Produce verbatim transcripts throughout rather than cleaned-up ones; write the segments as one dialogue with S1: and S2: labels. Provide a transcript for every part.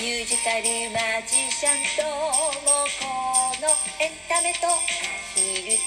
S1: ミュージカルマジシャンともこのエンタメとヒル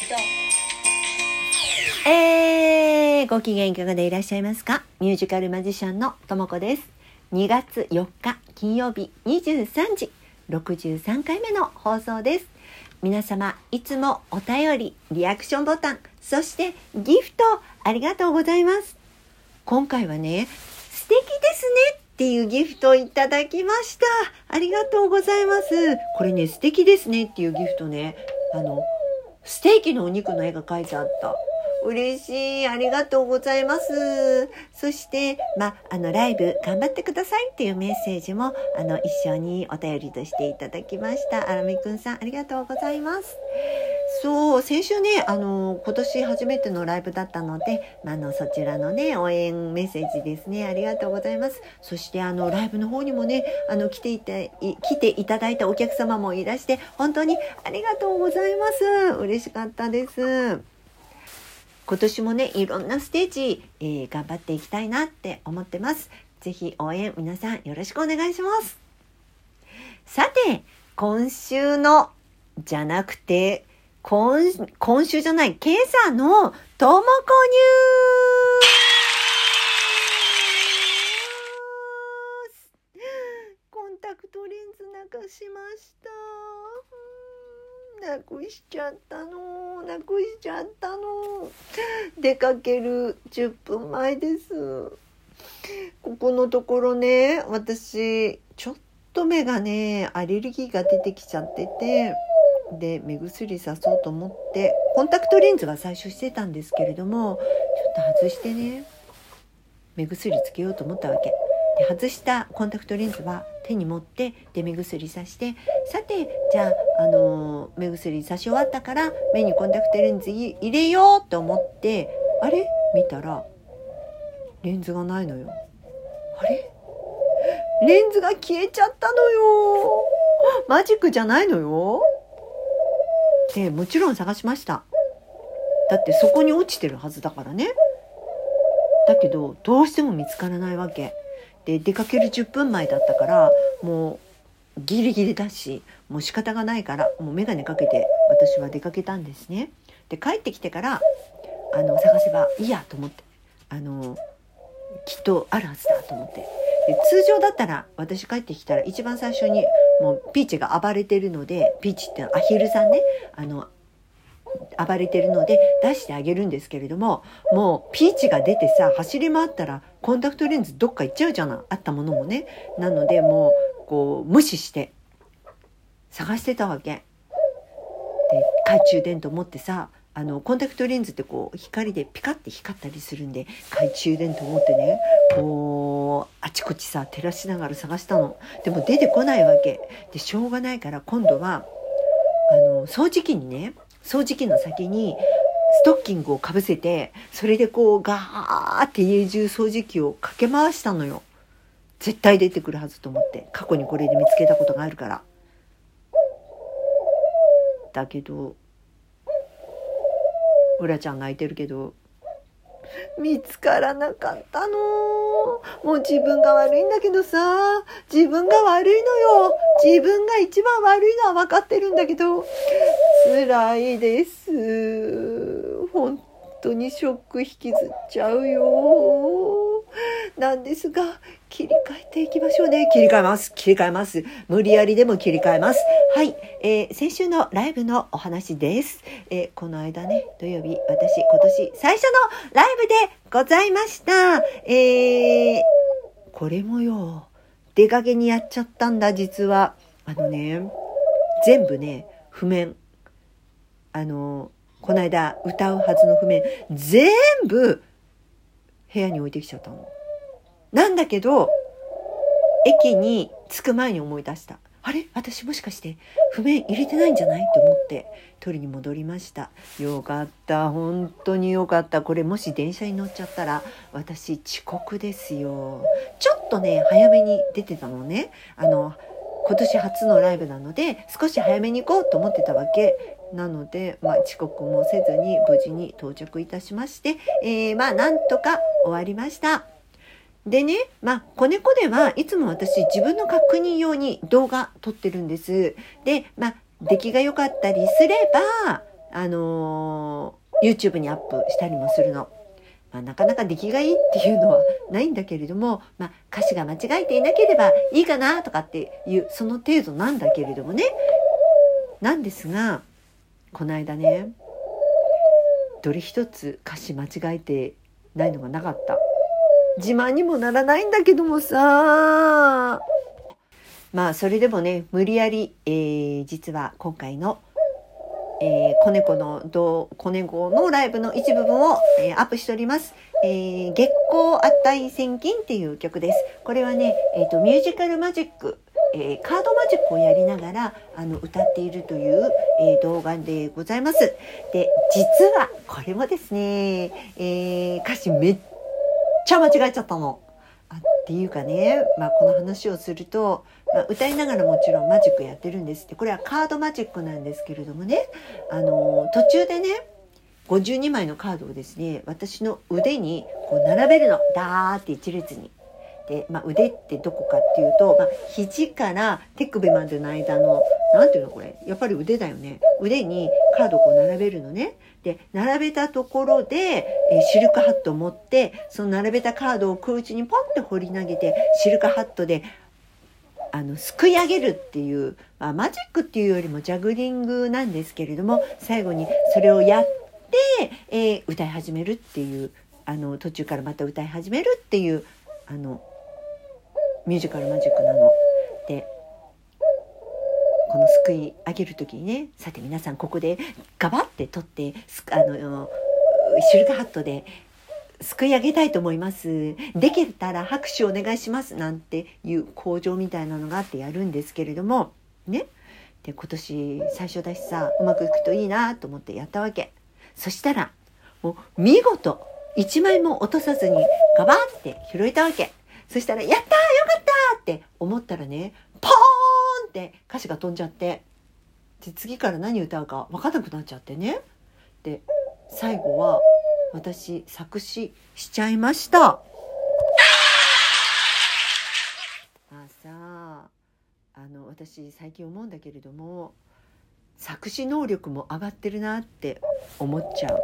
S1: と
S2: えー、ご機嫌いかがでいらっしゃいますか。ミュージカルマジシャンのともこです。にがつよっか金曜日にじゅうさんじろくじゅうさんかいめの放送です。皆様いつもお便り、リアクションボタン、そしてギフトありがとうございます。今回はね、素敵ですねっていうギフトをいただきました。ありがとうございます。これね、素敵ですねっていうギフトね、あのステーキのお肉の絵が描いてあった。嬉しい。ありがとうございます。そして、ま、あの、ライブ頑張ってくださいっていうメッセージも、あの、一緒にお便りとしていただきました。あらみくんさん、ありがとうございます。そう、先週ね、あの、今年初めてのライブだったので、まあの、そちらのね、応援メッセージですね。ありがとうございます。そして、あの、ライブの方にもね、あの、来ていた、い来ていただいたお客様もいらして、本当にありがとうございます。嬉しかったです。今年もね、いろんなステージ、えー、頑張っていきたいなって思ってます。ぜひ応援皆さんよろしくお願いします。さて、今週のじゃなくて今、今週じゃない今朝のともこニュース。コンタクトレンズなくしました。なくしちゃったのなくしちゃったの出かけるじゅっぷんまえです。ここのところね、私ちょっと目がねアレルギーが出てきちゃってて、で目薬さそうと思ってコンタクトレンズは最初してたんですけれども、ちょっと外してね目薬つけようと思ったわけで、外したコンタクトレンズは手に持って、で目薬さして、さてじゃあ、あのー、目薬さし終わったから目にコンタクトレンズ入れようと思って、あれ見たらレンズがないのよ。あれレンズが消えちゃったのよ。マジックじゃないのよ。でもちろん探しました。だってそこに落ちてるはずだからね。だけどどうしても見つからないわけで、出かけるじゅっぷんまえだったから、もうギリギリだし、もう仕方がないから、もう眼鏡かけて私は出かけたんですね。で帰ってきてからあの探せばいいやと思って、あのきっとあるはずだと思って、で通常だったら私帰ってきたら一番最初にもうピーチが暴れてるので、ピーチってアヒルさんね、あの暴れてるので出してあげるんですけれども、もうピーチが出てさ走り回ったらコンタクトレンズどっか行っちゃうじゃない、あったものもね。なのでもうこう無視して探してたわけで、懐中電灯持ってさ、あのコンタクトレンズってこう光でピカって光ったりするんで、懐中電灯持ってね、こうあちこちさ照らしながら探したの。でも出てこないわけで、しょうがないから今度はあの掃除機にね、掃除機の先にストッキングをかぶせて、それでこうガーって家中掃除機をかけ回したのよ。絶対出てくるはずと思って、過去にこれで見つけたことがあるから。だけどうらちゃん泣いてるけど見つからなかったの。もう自分が悪いんだけどさ、自分が悪いのよ。自分が一番悪いのは分かってるんだけど、辛いです。本当にショック引きずっちゃうよ。なんですが、切り替えていきましょうね。切り替えます。切り替えます。無理やりでも切り替えます。はい、えー、先週のライブのお話です。えー、この間ね、土曜日、私今年最初のライブでございました。えー、これもよ、出かけにやっちゃったんだ、実は。あのね、全部ね、譜面。あの、この間歌うはずの譜面、全部部屋に置いてきちゃったの。なんだけど駅に着く前に思い出した。あれ、私もしかして譜面入れてないんじゃないと思って取りに戻りました。よかった、本当によかった。これもし電車に乗っちゃったら私遅刻ですよ。ちょっとね早めに出てたのね。あの今年初のライブなので少し早めに行こうと思ってたわけなので、まあ、遅刻もせずに無事に到着いたしまして、えー、まあなんとか終わりました。 でね、まあ、子猫ではいつも私自分の確認用に動画撮ってるんです。で、まあ、出来が良かったりすれば、あのー、YouTube にアップしたりもするの。まあ、なかなか出来がいいっていうのはないんだけれども、まあ、歌詞が間違えていなければいいかなとかっていうその程度なんだけれどもね。なんですが、この間ね、どれ一つ歌詞間違えてないのがなかった。自慢にもならないんだけどもさ、まあそれでもね、無理やり、えー、実は今回のえー、子猫のど子猫のライブの一部分を、えー、アップしております。えー、月光値千金っていう曲です。これはね、えーと、ミュージカルマジック、えー、カードマジックをやりながらあの歌っているという、えー、動画でございます。で、実はこれもですね、えー、歌詞めっちゃ間違えちゃったの。あっていうかね、まあ、この話をすると、まあ、歌いながらもちろんマジックやってるんですって。これはカードマジックなんですけれどもね、あの途中でねごじゅうにまいのカードをですね、私の腕にこう並べるの、ダーって一列に。で、まあ、腕ってどこかっていうと、まあ、肘から手首までの間のなんていうのこれ、やっぱり腕だよね。腕にカードをこう並べるのね。で、並べたところで、えー、シルクハットを持って、その並べたカードを空中にポンって放り投げて、シルクハットであのすくい上げるっていう、まあ、マジックっていうよりもジャグリングなんですけれども、最後にそれをやって、えー、歌い始めるっていう、あの途中からまた歌い始めるっていうあのミュージカルマジックなので、このすくい上げる時にね、さて皆さんここでガバって取ってあのシルクハットですくい上げたいと思います。できたら拍手お願いしますなんていう口上みたいなのがあってやるんですけれどもね。で、今年最初だしさ、うまくいくといいなと思ってやったわけ。そしたらもう見事いちまいも落とさずにガバーって拾えたわけ。そしたらやったーよかったーって思ったらね、ポーンって歌詞が飛んじゃって、で次から何歌うか分かんなくなっちゃってね。で、最後は私作詞しちゃいました。まあさあ、あの私最近思うんだけれども、作詞能力も上がってるなって思っちゃう。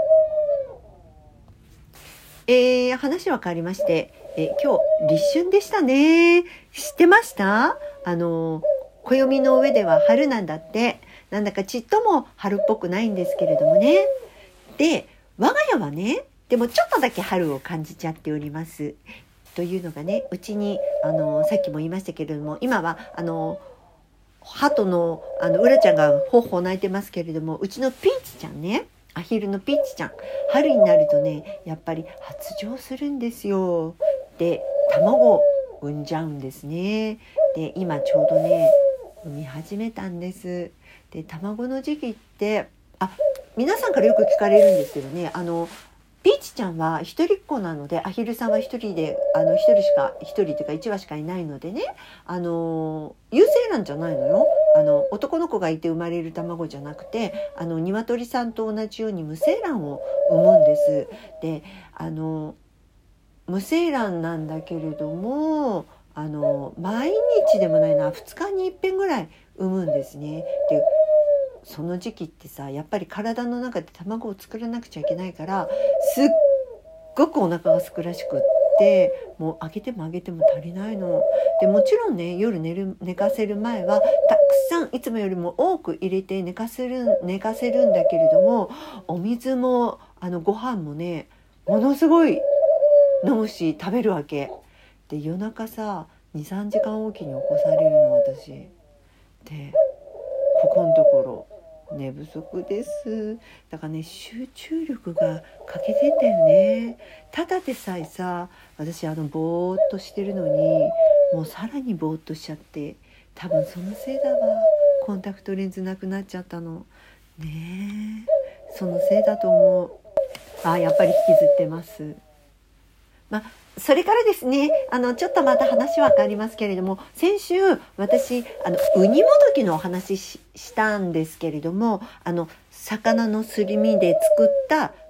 S2: えー、話は変わりまして、え今日立春でしたね。知ってました？あの暦の上では春なんだって。なんだかちっとも春っぽくないんですけれどもね。で、我が家はね、でもちょっとだけ春を感じちゃっております。というのがね、うちにあのさっきも言いましたけれども、今はあの鳩のあのうらちゃんがほうほう泣いてますけれども、うちのピーチちゃんね、アヒルのピーチちゃん、春になるとね、やっぱり発情するんですよ。で、卵を産んじゃうんですね。で、今ちょうどね産み始めたんです。で、卵の時期って、あ、皆さんからよく聞かれるんですけどね、あのピーチちゃんは一人っ子なので、アヒルさんは一人で、あの一人しか、一人というか一羽しかいないのでね、あの有精卵じゃないのよ。あの男の子がいて生まれる卵じゃなくて、あの鶏さんと同じように無精卵を産むんです。で、あの無精卵なんだけれども、あの毎日でもないな、ふつかにいっぺんぐらい産むんですね。で、その時期ってさ、やっぱり体の中で卵を作らなくちゃいけないから、すっごくお腹がすくらしくって、もうあげてもあげても足りないので、もちろんね、夜寝る寝かせる前はたくさんいつもよりも多く入れて寝かせる寝かせるんだけれども、お水もあのご飯もね、ものすごい飲むし食べるわけで、夜中さ にさんじかんおきに起こされるの私で、ここのところ寝不足です。だからね、集中力が欠けてんだよね。ただでさえさ、私あのぼーっとしてるのに、もうさらにぼーっとしちゃって、多分そのせいだわ。コンタクトレンズなくなっちゃったのねえ、そのせいだと思う。あ、やっぱり引きずってます。まあ、それからですね、あのちょっとまた話は変わりますけれども、先週私あのウニもどきのお話 し, したんですけれども、あの魚のすり身で作った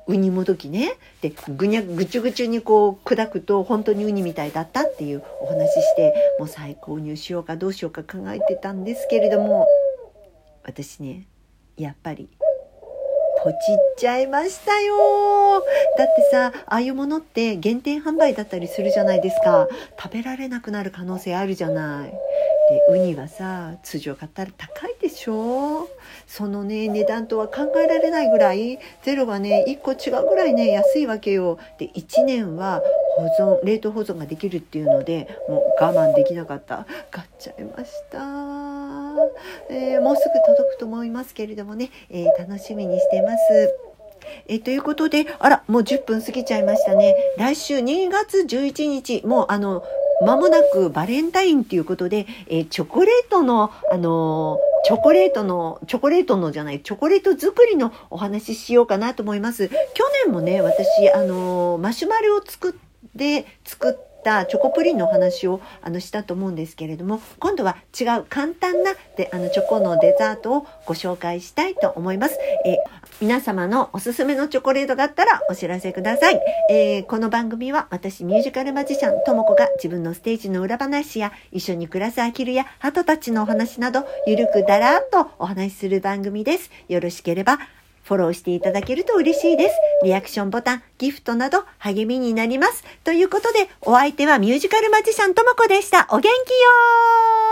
S2: ウニもどきね。で、ぐにゃ、ぐちゅぐちゅにこう砕くと本当にウニみたいだったっていうお話しして、もう再購入しようかどうしようか考えてたんですけれども、私ね、やっぱりポチっちゃいましたよ。だってさ、ああいうものって限定販売だったりするじゃないですか。食べられなくなる可能性あるじゃない。で、ウニはさ、通常買ったら高いでしょ。そのね、値段とは考えられないぐらい、ゼロがね、いっこ違うぐらいね、安いわけよ。で、いちねんは保存、冷凍保存ができるっていうので、もう我慢できなかった。買っちゃいました。えー、もうすぐ届くと思いますけれどもね、えー、楽しみにしてます。えー、ということで、あら、もうじゅっぷん過ぎちゃいましたね。来週にがつじゅういちにち、もうあの、間もなくバレンタインということで、えー、チョコレートの、あのー、チョコレートの、チョコレートのじゃない、チョコレート作りのお話ししようかなと思います。去年もね、私、あのー、マシュマロを作って、作って、チョコプリンのお話をあのしたと思うんですけれども、今度は違う簡単なであのチョコのデザートをご紹介したいと思います。えー、皆様のおすすめのチョコレートがあったらお知らせください。えー、この番組は私ミュージカルマジシャンともこが自分のステージの裏話や一緒に暮らすアヒルやハトたちのお話などゆるくだらっとお話しする番組です。よろしければフォローしていただけると嬉しいです。リアクションボタン、ギフトなど励みになります。ということで、お相手はミュージカルマジシャンともこでした。お元気よー。